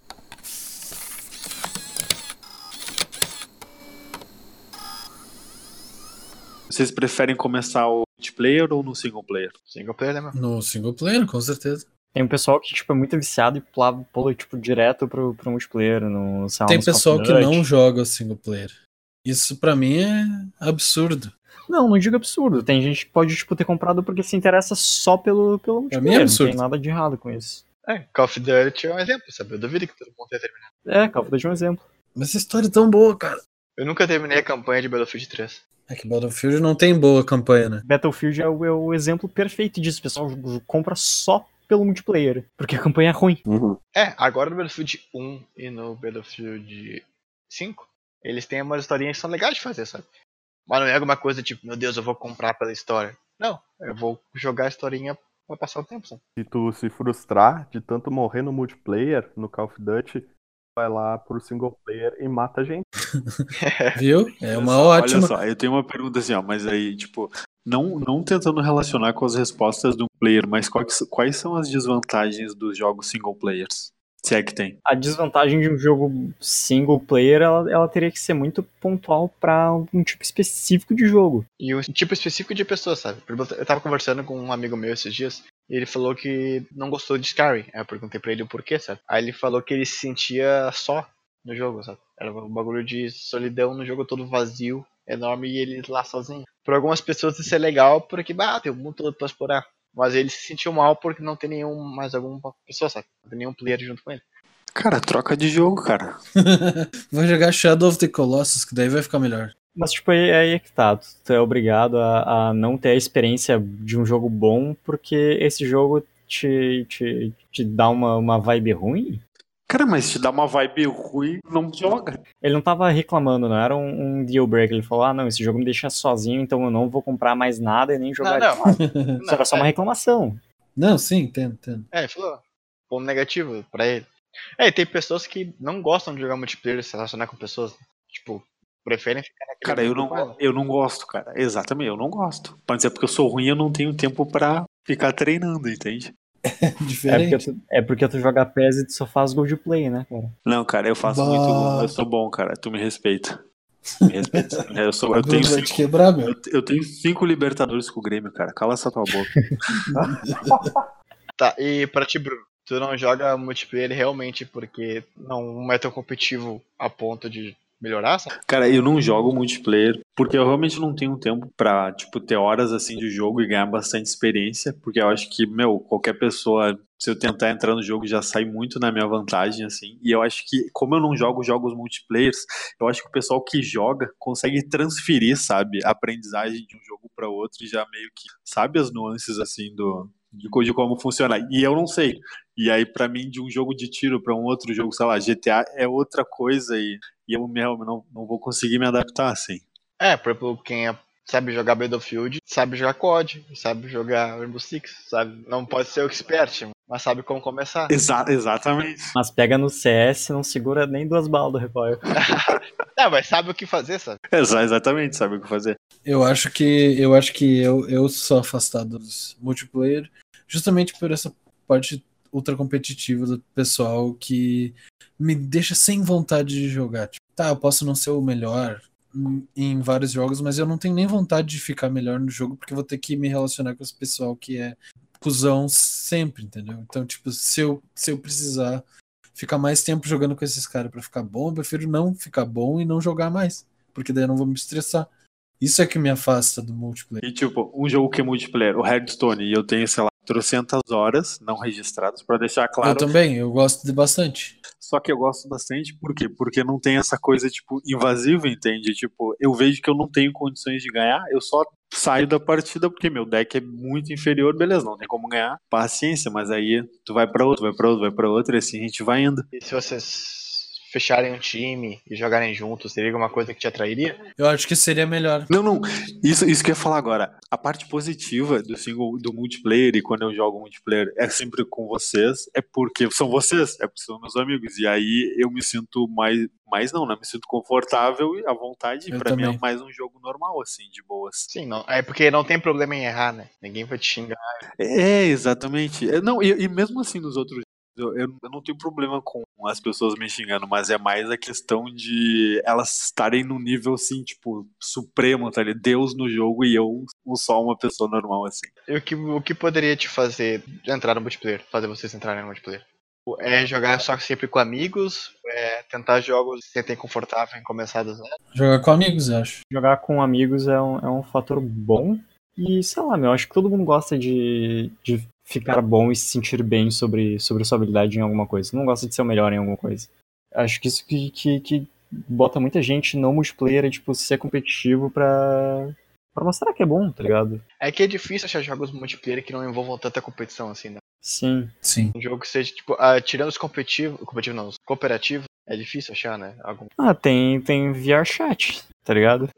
Vocês preferem começar o multiplayer ou no single player? Single player, né, meu? No single player, com certeza. Tem um pessoal que, tipo, é muito viciado e pula, pula tipo, direto pro, pro multiplayer. No, sei lá, Tem nos Call of pessoal que Duty. não joga single player. Isso pra mim é absurdo. Não, não digo absurdo. Tem gente que pode, tipo, ter comprado porque se interessa só pelo, pelo Pra mim multiplayer. é Não absurdo. tem nada de errado com isso. É, Call of Duty é um exemplo, sabe? Eu duvido que todo mundo tenha terminado. É, Call of Duty é um exemplo. Mas essa história é tão boa, cara. Eu nunca terminei a campanha de Battlefield três. É que Battlefield não tem boa campanha, né? Battlefield é o, é o exemplo perfeito disso. O pessoal compra só pelo multiplayer, porque a campanha é ruim. Uhum. É, agora no Battlefield um e no Battlefield cinco, eles têm umas historinhas que são legais de fazer, sabe? Mas não é alguma coisa tipo, meu Deus, eu vou comprar pela história. Não, eu vou jogar a historinha pra passar o tempo, sabe? Se tu se frustrar de tanto morrer no multiplayer, no Call of Duty, vai lá pro single player e mata a gente. Viu? É Olha uma só, ótima. Olha só, eu tenho uma pergunta assim, ó, mas aí, tipo, não, não tentando relacionar com as respostas do player, mas quais, quais são as desvantagens dos jogos single players? Se é que tem. A desvantagem de um jogo single player, ela, ela teria que ser muito pontual pra um tipo específico de jogo. E um tipo específico de pessoa, sabe? Por exemplo, eu tava conversando com um amigo meu esses dias, e ele falou que não gostou de Skyrim. Aí eu perguntei pra ele o porquê, sabe? Aí ele falou que ele se sentia só no jogo, sabe? Era um bagulho de solidão no jogo todo vazio, enorme, e ele lá sozinho. Para algumas pessoas isso é legal, porque, bah, tem o mundo todo pra explorar. Mas ele se sentiu mal porque não tem nenhum, mais alguma pessoa, sabe? Não tem nenhum player junto com ele. Cara, troca de jogo, cara. Vou jogar Shadow of the Colossus, que daí vai ficar melhor. Mas, tipo, aí, aí é que tá. Tu, tu é obrigado a, a não ter a experiência de um jogo bom, porque esse jogo te, te, te dá uma, uma vibe ruim. Cara, mas se dá uma vibe ruim, não joga. Ele não tava reclamando, não era um, um deal breaker. Ele falou, ah, não, esse jogo me deixa sozinho, então eu não vou comprar mais nada e nem jogar. Não, não. Isso era só uma reclamação. Não, sim, entendo, entendo. É, ele falou, ponto negativo pra ele. É, e tem pessoas que não gostam de jogar multiplayer, se relacionar com pessoas, tipo, preferem ficar naquele Cara, eu mundo não, com ela. eu não gosto, cara. Exatamente, eu não gosto. Pode dizer porque eu sou ruim e eu não tenho tempo pra ficar treinando, entende? É porque, Diferente. tu, é porque tu joga P E S e tu só faz gol de play, né, cara? Não, cara, eu faço Bah. muito. Eu sou bom, cara. Tu me respeita. Me respeita. Eu, sou, eu, tenho vai cinco, te quebrar, meu. eu, eu tenho cinco Libertadores com o Grêmio, cara. Cala essa tua boca. Tá, e pra ti, Bruno, tu não joga multiplayer realmente porque não é tão competitivo a ponto de melhorar, sabe? Cara, eu não jogo multiplayer porque eu realmente não tenho tempo pra, tipo, ter horas assim de jogo e ganhar bastante experiência. Porque eu acho que, meu, qualquer pessoa, se eu tentar entrar no jogo, já sai muito na minha vantagem, assim. E eu acho que, como eu não jogo jogos multiplayers, eu acho que o pessoal que joga consegue transferir, sabe, a aprendizagem de um jogo pra outro e já meio que sabe as nuances, assim, do. De, co- de como funciona. E eu não sei. E aí, pra mim, de um jogo de tiro pra um outro jogo, sei lá, G T A é outra coisa e, e eu mesmo não, não vou conseguir me adaptar, assim. É, por exemplo, quem é- sabe jogar Battlefield, sabe jogar C O D, sabe jogar Rainbow Six, sabe? Não pode ser o expert, mas sabe como começar. Exa exatamente. Mas pega no C S, não segura nem duas balas do recoil. Não, mas sabe o que fazer, sabe? Exa exatamente, sabe o que fazer. Eu acho que eu acho que eu, eu sou afastado dos multiplayer justamente por essa parte ultra competitiva do pessoal que me deixa sem vontade de jogar. Tipo, tá, eu posso não ser o melhor em, em vários jogos, mas eu não tenho nem vontade de ficar melhor no jogo porque eu vou ter que me relacionar com esse pessoal que é cuzão sempre, entendeu? Então, tipo, se eu, se eu precisar ficar mais tempo jogando com esses caras pra ficar bom, eu prefiro não ficar bom e não jogar mais, porque daí eu não vou me estressar. Isso é que me afasta do multiplayer. E tipo, um jogo que é multiplayer, o Hearthstone, e eu tenho, sei lá, trocentas horas não registradas, pra deixar claro. Eu também, eu gosto de bastante. Só que eu gosto bastante, por quê? Porque não tem essa coisa, tipo, invasiva, entende? Tipo, eu vejo que eu não tenho condições de ganhar, eu só saio da partida porque meu deck é muito inferior, beleza, não tem como ganhar, paciência, mas aí tu vai pra outro, vai pra outro, vai pra outro, e assim a gente vai indo. E se vocês fecharem um time e jogarem juntos, seria alguma coisa que te atrairia? Eu acho que seria melhor. Não, não, isso, isso que eu ia falar agora. A parte positiva do single, do multiplayer, e quando eu jogo multiplayer é sempre com vocês, é porque são vocês, é porque são meus amigos, e aí eu me sinto mais, mais não, né, me sinto confortável e à vontade, e Eu pra mim também. é mais um jogo normal, assim, de boas. Sim, não. É porque não tem problema em errar, né? Ninguém vai te xingar. É, exatamente. É, não, e, e mesmo assim nos outros eu, eu eu não tenho problema com as pessoas me xingando, mas é mais a questão de elas estarem no nível assim, tipo, supremo, tá ali, Deus no jogo e eu só uma pessoa normal, assim. E o que, o que poderia te fazer entrar no multiplayer? Fazer vocês entrarem no multiplayer? É jogar só sempre com amigos? É tentar jogos que se sentem confortável em começar do zero? Jogar com amigos, eu acho. Jogar com amigos é um, é um fator bom. E, sei lá, meu, acho que todo mundo gosta de, de ficar bom e se sentir bem sobre, sobre sua habilidade em alguma coisa. Não gosta de ser o melhor em alguma coisa. Acho que isso que, que, que bota muita gente no multiplayer, é, tipo, ser competitivo pra, pra mostrar que é bom, tá ligado? É que é difícil achar jogos multiplayer que não envolvam tanta competição assim, né? Sim. Sim. Um jogo que seja, tipo, ah, tirando os competitivos, competitivo não, os cooperativos, é difícil achar, né? Algum... Ah, tem, tem V R Chat, tá ligado?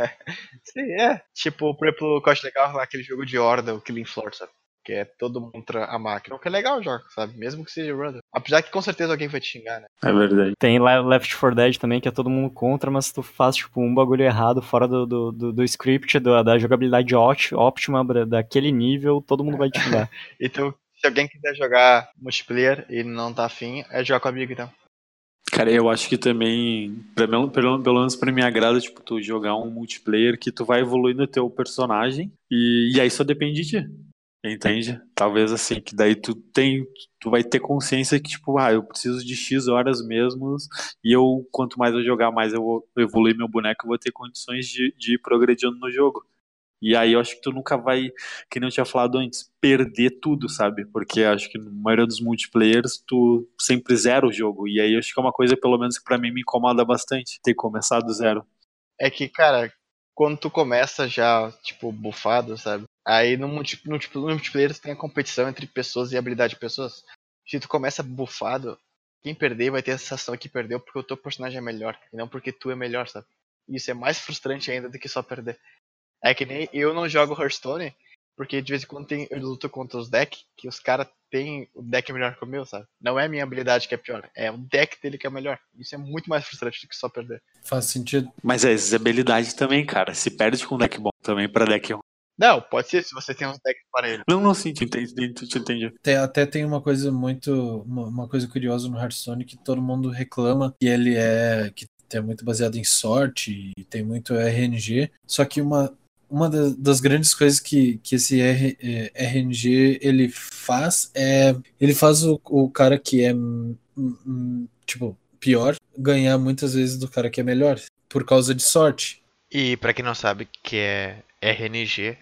Sim, é. Tipo, por exemplo, o que eu acho legal é aquele jogo de horda, o Killing Floor, sabe? Que é todo mundo contra a máquina. O que é legal o jogo, sabe? Mesmo que seja random. Apesar que com certeza alguém vai te xingar, né? É verdade. Tem Le- Left four Dead também, que é todo mundo contra, mas se tu faz, tipo, um bagulho errado fora do, do, do, do script, do, da jogabilidade ótima, óptima da- daquele nível, todo mundo vai te xingar. Então, se alguém quiser jogar multiplayer e não tá afim, é jogar com amigo, então. Cara, eu acho que também, pra mim, pelo, pelo menos pra mim agrada, tipo, tu jogar um multiplayer que tu vai evoluindo o teu personagem e, e aí só depende de ti, entende? Talvez assim, que daí tu tem, tu vai ter consciência que, tipo, ah, eu preciso de X horas mesmo e eu, quanto mais eu jogar, mais eu vou evoluir meu boneco, eu vou ter condições de, de ir progredindo no jogo. E aí eu acho que tu nunca vai, que nem eu tinha falado antes, perder tudo, sabe? Porque acho que na maioria dos multiplayers tu sempre zera o jogo. E aí eu acho que é uma coisa, pelo menos, que pra mim me incomoda bastante, ter começado do zero. É que, cara, quando tu começa já, tipo, bufado, sabe? Aí no, multi, no, tipo, no multiplayer tu tem a competição entre pessoas e habilidade de pessoas. Se tu começa bufado, quem perder vai ter a sensação que perdeu porque o teu personagem é melhor, e não porque tu é melhor, sabe? Isso é mais frustrante ainda do que só perder. É que nem eu não jogo Hearthstone, porque de vez em quando tem, eu luto contra os decks, que os caras têm o deck melhor que o meu, sabe? Não é a minha habilidade que é pior, é o deck dele que é melhor. Isso é muito mais frustrante do que só perder. Faz sentido. Mas é habilidade também, cara. Se perde com um deck bom também pra deck ruim. Não, pode ser se você tem uns decks para ele. Não, não, sim, te entendi, te entendi. Tem- até tem uma coisa muito. Uma, uma coisa curiosa no Hearthstone que todo mundo reclama que ele é. Que é muito baseado em sorte e tem muito R N G. Só que uma. Uma da- das grandes coisas que, que esse R, eh, R N G ele faz é ele faz o, o cara que é hum, hum, tipo pior ganhar muitas vezes do cara que é melhor por causa de sorte. E pra quem não sabe que é R N G,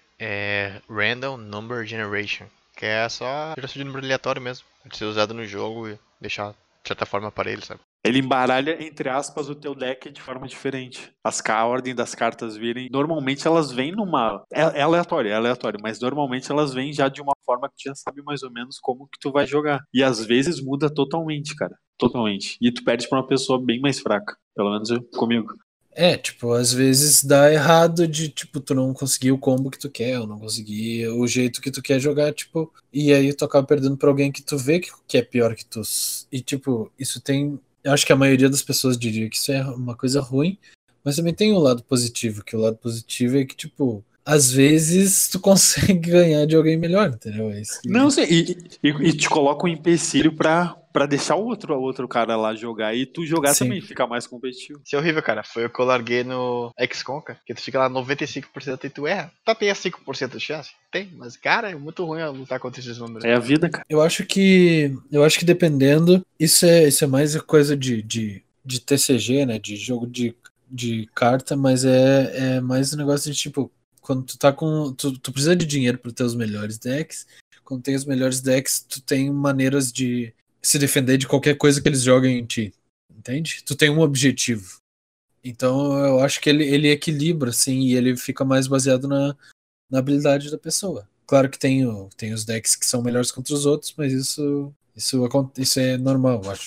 é Random Number Generation, que é só a geração de número aleatório mesmo, de ser usado no jogo e deixar de certa forma para ele, sabe? Ele embaralha, entre aspas, o teu deck de forma diferente. As, a ordem das cartas virem. Normalmente elas vêm numa. É, é aleatório, é aleatório, mas normalmente elas vêm já de uma forma que tu já sabe mais ou menos como que tu vai jogar. E às vezes muda totalmente, cara. Totalmente. E tu perde pra uma pessoa bem mais fraca. Pelo menos eu, comigo. É, tipo, às vezes dá errado de, tipo, tu não conseguir o combo que tu quer, ou não conseguir o jeito que tu quer jogar, tipo, e aí tu acaba perdendo pra alguém que tu vê que, que é pior que tu. E, tipo, isso tem. Eu acho que a maioria das pessoas diria que isso é uma coisa ruim, mas também tem o lado positivo, que o lado positivo é que, tipo, às vezes tu consegue ganhar de alguém melhor, entendeu? É isso que... Não sei, e, e, e te coloca um empecilho pra, pra deixar o outro, o outro cara lá jogar e tu jogar Sim. também, ficar mais competitivo. Isso é horrível, cara. Foi o que eu larguei no X COM, cara. Que tu fica lá noventa e cinco por cento e tu erra. Tá, tem a cinco por cento de chance? Tem, mas, cara, é muito ruim lutar contra esses números. É a vida, cara. Eu acho que. Eu acho que dependendo. Isso é, isso é mais coisa de, de, de T C G, né? De jogo de, de carta, mas é, é mais um negócio de tipo. Quando tu tá com. Tu, tu precisa de dinheiro para ter os melhores decks. Quando tem os melhores decks, tu tem maneiras de se defender de qualquer coisa que eles joguem em ti. Entende? Tu tem um objetivo. Então eu acho que ele, ele equilibra, assim, e ele fica mais baseado na, na habilidade da pessoa. Claro que tem, o, tem os decks que são melhores contra os outros, mas isso, isso, acon- isso é normal, eu acho.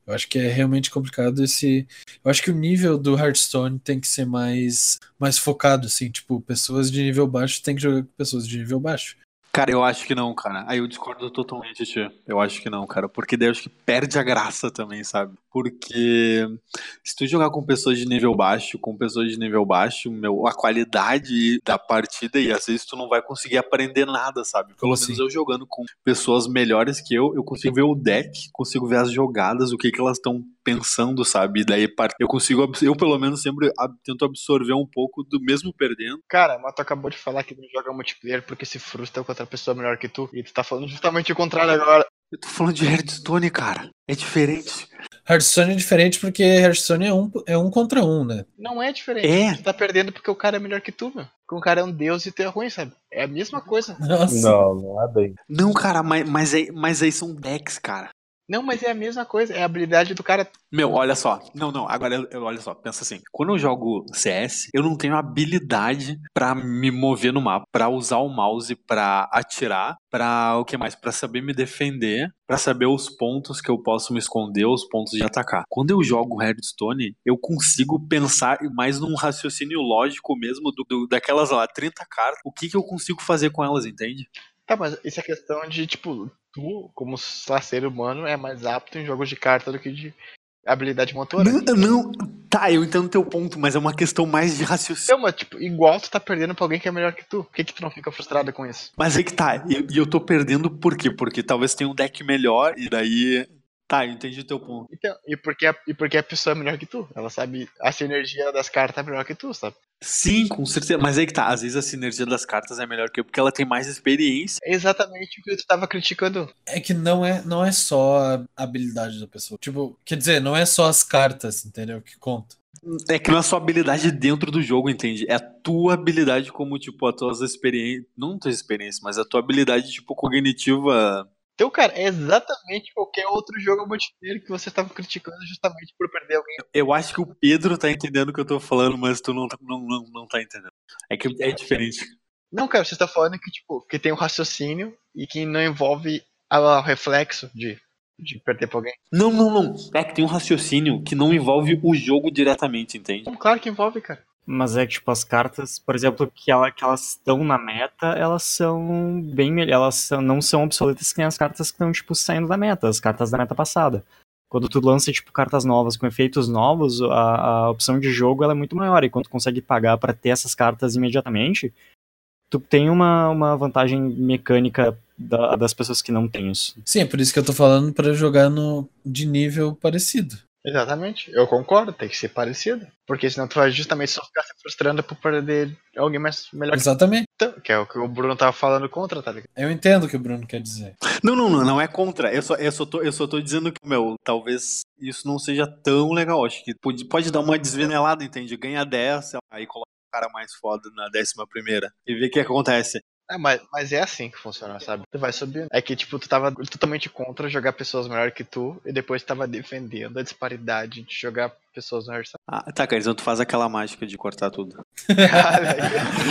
Eu acho que é realmente complicado esse. Eu acho que o nível do Hearthstone tem que ser mais, mais focado, assim. Tipo, pessoas de nível baixo tem que jogar com pessoas de nível baixo. Cara, eu acho que não, cara. Aí eu discordo totalmente, tio. Eu acho que não, cara. Porque daí eu acho que perde a graça também, sabe? Porque se tu jogar com pessoas de nível baixo, com pessoas de nível baixo, meu, a qualidade da partida, e às vezes tu não vai conseguir aprender nada, sabe? Pelo Como menos assim? eu jogando com pessoas melhores que eu, eu consigo ver o deck, consigo ver as jogadas, o que que elas estão pensando, sabe? E daí par- eu consigo, abs- eu pelo menos sempre ab- tento absorver um pouco do mesmo perdendo. Cara, mas tu acabou de falar que não joga multiplayer porque se frustra com outra pessoa melhor que tu. E tu tá falando justamente o contrário agora. Eu tô falando de Hearthstone, cara. É diferente. Hearthstone é diferente porque Hearthstone é um, é um contra um, né? Não é diferente. É. Tu tá perdendo porque o cara é melhor que tu, meu. Porque o cara é um deus e tu é ruim, sabe? É a mesma coisa. Nossa. Não, não é bem. Não, cara, mas, mas, aí, mas aí são decks, cara. Não, mas é a mesma coisa. É a habilidade do cara. Meu, olha só. Não, não, agora eu, eu- olha só, pensa assim. Quando eu jogo C S, eu não tenho habilidade pra me mover no mapa, pra usar o mouse pra atirar, pra o que mais? Pra saber me defender, pra saber os pontos que eu posso me esconder, os pontos de atacar. Quando eu jogo Hearthstone, eu consigo pensar mais num raciocínio lógico mesmo do, do- daquelas lá trinta cartas, o que que eu consigo fazer com elas, entende? Tá, mas isso é questão de, tipo, tu, como sei ser humano, é mais apto em jogos de carta do que de habilidade motora. Não, não, tá, eu entendo teu ponto, mas é uma questão mais de raciocínio. Então, mas, tipo, igual tu tá perdendo pra alguém que é melhor que tu. Por que, que tu não fica frustrado com isso? Mas é que tá, e eu, e eu tô perdendo por quê? Porque talvez tenha um deck melhor e daí. Tá, eu entendi teu ponto. Então, e porque a, e porque a pessoa é melhor que tu. Ela sabe a sinergia das cartas é melhor que tu, sabe? Sim, com certeza. Mas é que tá, às vezes a sinergia das cartas é melhor que eu, porque ela tem mais experiência. É exatamente o que tu tava criticando. É que não é, não é só a habilidade da pessoa. Tipo, quer dizer, não é só as cartas, entendeu? Que conta. É que não é só habilidade dentro do jogo, entende? É a tua habilidade como, tipo, as tuas experiências. Não tuas experiências, mas a tua habilidade, tipo, cognitiva. Então, cara, é exatamente qualquer outro jogo multiplayer que você estava criticando justamente por perder alguém. Eu acho que o Pedro tá entendendo o que eu tô falando, mas tu não, tá- não, não, não tá entendendo. É que é diferente. Não, cara, você está falando que, tipo, que tem um raciocínio e que não envolve a- o reflexo de, de perder pra alguém. Não, não, não. É que tem um raciocínio que não envolve o jogo diretamente, entende? Então, claro que envolve, cara. Mas é que, tipo, as cartas, por exemplo, que, ela, que elas estão na meta, elas são bem melhor. Elas são, não são obsoletas que nem as cartas que estão, tipo, saindo da meta, as cartas da meta passada. Quando tu lança, tipo, cartas novas com efeitos novos, a, a opção de jogo ela é muito maior. E quando tu consegue pagar pra ter essas cartas imediatamente, tu tem uma, uma vantagem mecânica da- das pessoas que não têm isso. Sim, é por isso que eu tô falando pra jogar no, de nível parecido. Exatamente, eu concordo, tem que ser parecido. Porque senão tu vai justamente só ficar se frustrando por perder alguém mais melhor que Exatamente. tu. Que é o que o Bruno tava falando contra, tá ligado? Eu entendo o que o Bruno quer dizer. Não, não, não, não é contra. Eu só, eu só, tô, eu só tô dizendo que, meu, talvez isso não seja tão legal. Acho que pode, pode dar uma desvenelada, entende? Ganha dez, aí coloca o cara mais foda na décima primeira e vê o que acontece. É, mas, mas é assim que funciona, sabe? Tu vai subindo. É que, tipo, tu tava totalmente contra jogar pessoas melhores que tu e depois tu tava defendendo a disparidade de jogar pessoas no Hearthstone. Ah, tá, cara, então tu faz aquela mágica de cortar tudo. Cara,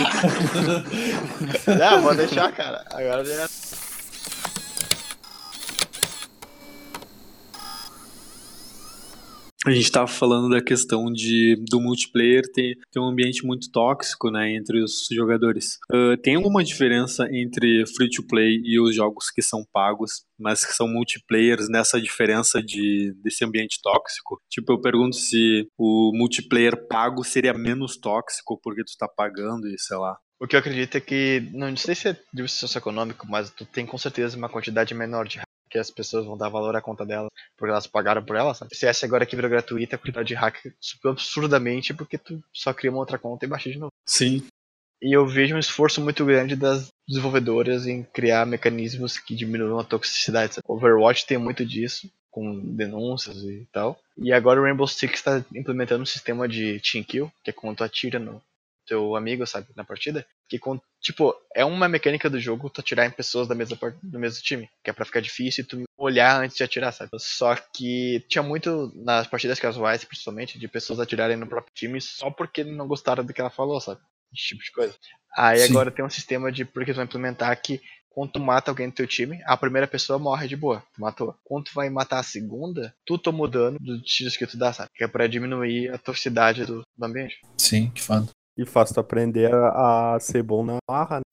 não, vou deixar, cara. Agora já. A gente tava falando da questão de do multiplayer ter, ter um ambiente muito tóxico, né, entre os jogadores. Ah, tem alguma diferença entre free-to-play e os jogos que são pagos, mas que são multiplayers nessa diferença de, desse ambiente tóxico? Tipo, eu pergunto se o multiplayer pago seria menos tóxico porque tu tá pagando e sei lá. O que eu acredito é que, não sei se é de socioeconômico, mas tu tem com certeza uma quantidade menor de hack que as pessoas vão dar valor à conta delas, porque elas pagaram por ela, sabe? C S agora que virou gratuita, a quantidade de hack subiu absurdamente porque tu só cria uma outra conta e baixa de novo. Sim. E eu vejo um esforço muito grande das desenvolvedoras em criar mecanismos que diminuam a toxicidade, sabe? Overwatch tem muito disso, com denúncias e tal. E agora o Rainbow Six está implementando um sistema de team kill, que é quando tu atira no teu amigo, sabe, na partida. Que, com, tipo, é uma mecânica do jogo tu atirar em pessoas da mesma part... do mesmo time. Que é pra ficar difícil tu olhar antes de atirar, sabe? Só que tinha muito, nas partidas casuais, principalmente, de pessoas atirarem no próprio time só porque não gostaram do que ela falou, sabe? Esse tipo de coisa. Aí Sim. agora tem um sistema de, porque eles vão implementar que quando tu mata alguém do teu time, a primeira pessoa morre de boa, tu matou. Quando tu vai matar a segunda, tu toma o dano dos tiros que tu dá, sabe? Que é pra diminuir a toxicidade do, do ambiente. Sim, que foda. E faz tu aprender a, a ser bom na marra, né?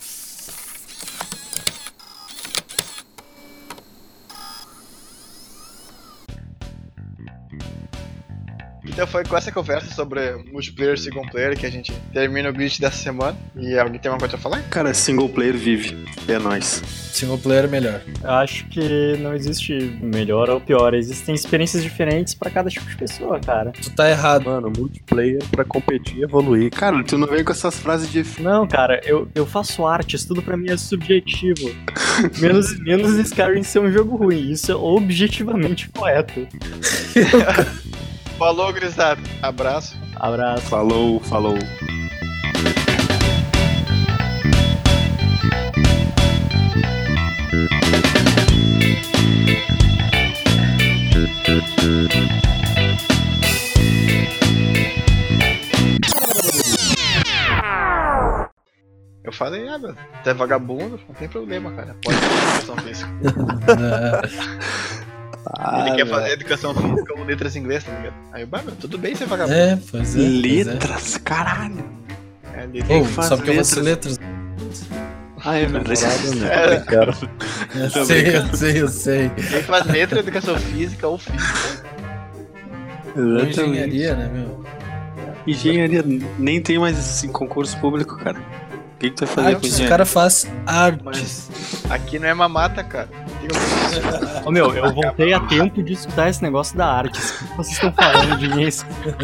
Então foi com essa conversa sobre multiplayer single player que a gente termina o glitch dessa semana. E alguém tem uma coisa pra falar? Cara, single player vive. É nóis. Single player é melhor. Eu acho que não existe melhor ou pior. Existem experiências diferentes pra cada tipo de pessoa, cara. Tu tá errado. Mano, multiplayer pra competir e evoluir. Cara, tu não vem com essas frases de... Não, cara, eu, eu faço arte, isso tudo pra mim é subjetivo. menos, menos Skyrim ser um jogo ruim. Isso é objetivamente correto. Falou, Grisado. Abraço. Abraço. Falou, falou. Eu falei, ah, meu, tu é vagabundo, não tem problema, cara. Pode fazer educação física. Ele quer fazer educação física ou letras em inglês, tá ligado? Aí eu, bah, meu, tudo bem ser vagabundo. É, pois é. Letras, caralho. É, letra- Pois é. Oh, faz só porque eu faço letras. letras. Ah, é verdade. É, Cara, Eu sei, eu sei, eu sei. quem faz letra, educação física ou física. Ou engenharia, né, meu? Engenharia nem tem mais assim, concurso público, cara. O que, que tu vai fazer com Artes, o engenharia? cara faz artes. Mas aqui não é mamata, cara. Tem um- Ô meu, eu voltei a tempo de escutar esse negócio da arte. O que vocês estão falando de mim?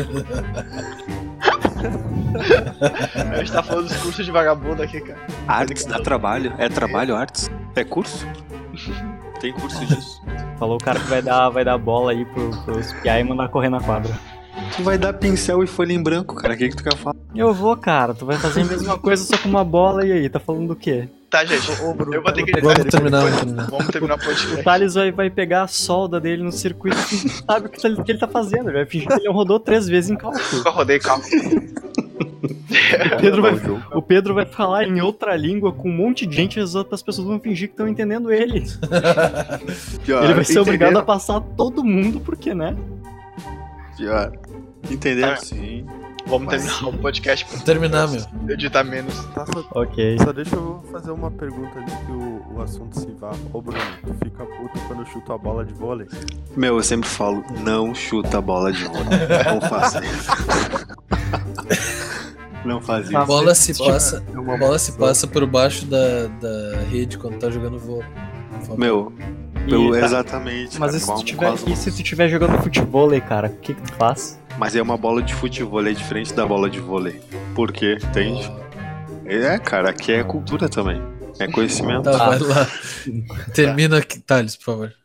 A gente tá falando dos cursos de vagabundo aqui, cara. Artes dá trabalho? É trabalho, artes? É curso? Tem curso disso. Falou o cara que vai dar, vai dar bola aí pro, pros piá e mandar correr na quadra. Tu vai dar pincel e folha em branco, cara. O que, que tu quer falar? Eu vou, cara. Tu vai fazer a mesma coisa só com uma bola e aí? Tá falando do quê? Tá, gente. Eu vou ter que Vamos terminar, vamos terminar. Vamos terminar o O podcast. Thales vai, vai pegar a solda dele no circuito e não sabe o que, tá- o que ele tá fazendo. Ele vai fingir que ele rodou três vezes em cálculo. Eu rodei carro. O Pedro, vai, o Pedro vai falar em outra língua com um monte de gente e as outras pessoas vão fingir que estão entendendo ele. Pior, Ele vai ser obrigado a entendeu? passar todo mundo, porque, né? Pior. Entendeu? Tá. Sim. Vamos terminar o podcast pra Vamos terminar, meu. editar menos. tá, só, Ok. só deixa eu fazer uma pergunta antes que o, o assunto se vá. Ô Bruno, tu fica puto quando eu chuto a bola de vôlei? Meu, eu sempre falo, não chuta a bola de vôlei. Não faça isso. Não faz isso. A bola se Tipo, passa, a bola se passa por baixo da, da rede quando tá jogando vôlei. Por favor. Meu, pelo, E tá- exatamente. Mas cara, e se, com tu a- tiver, com as e se tu estiver jogando futebol, cara, o que que tu faz? Mas é uma bola de futebol, é diferente da bola de vôlei. Por quê? Entende? É, cara, aqui é cultura também. É conhecimento. Tá, vai lá. Termina aqui, Thales, por favor.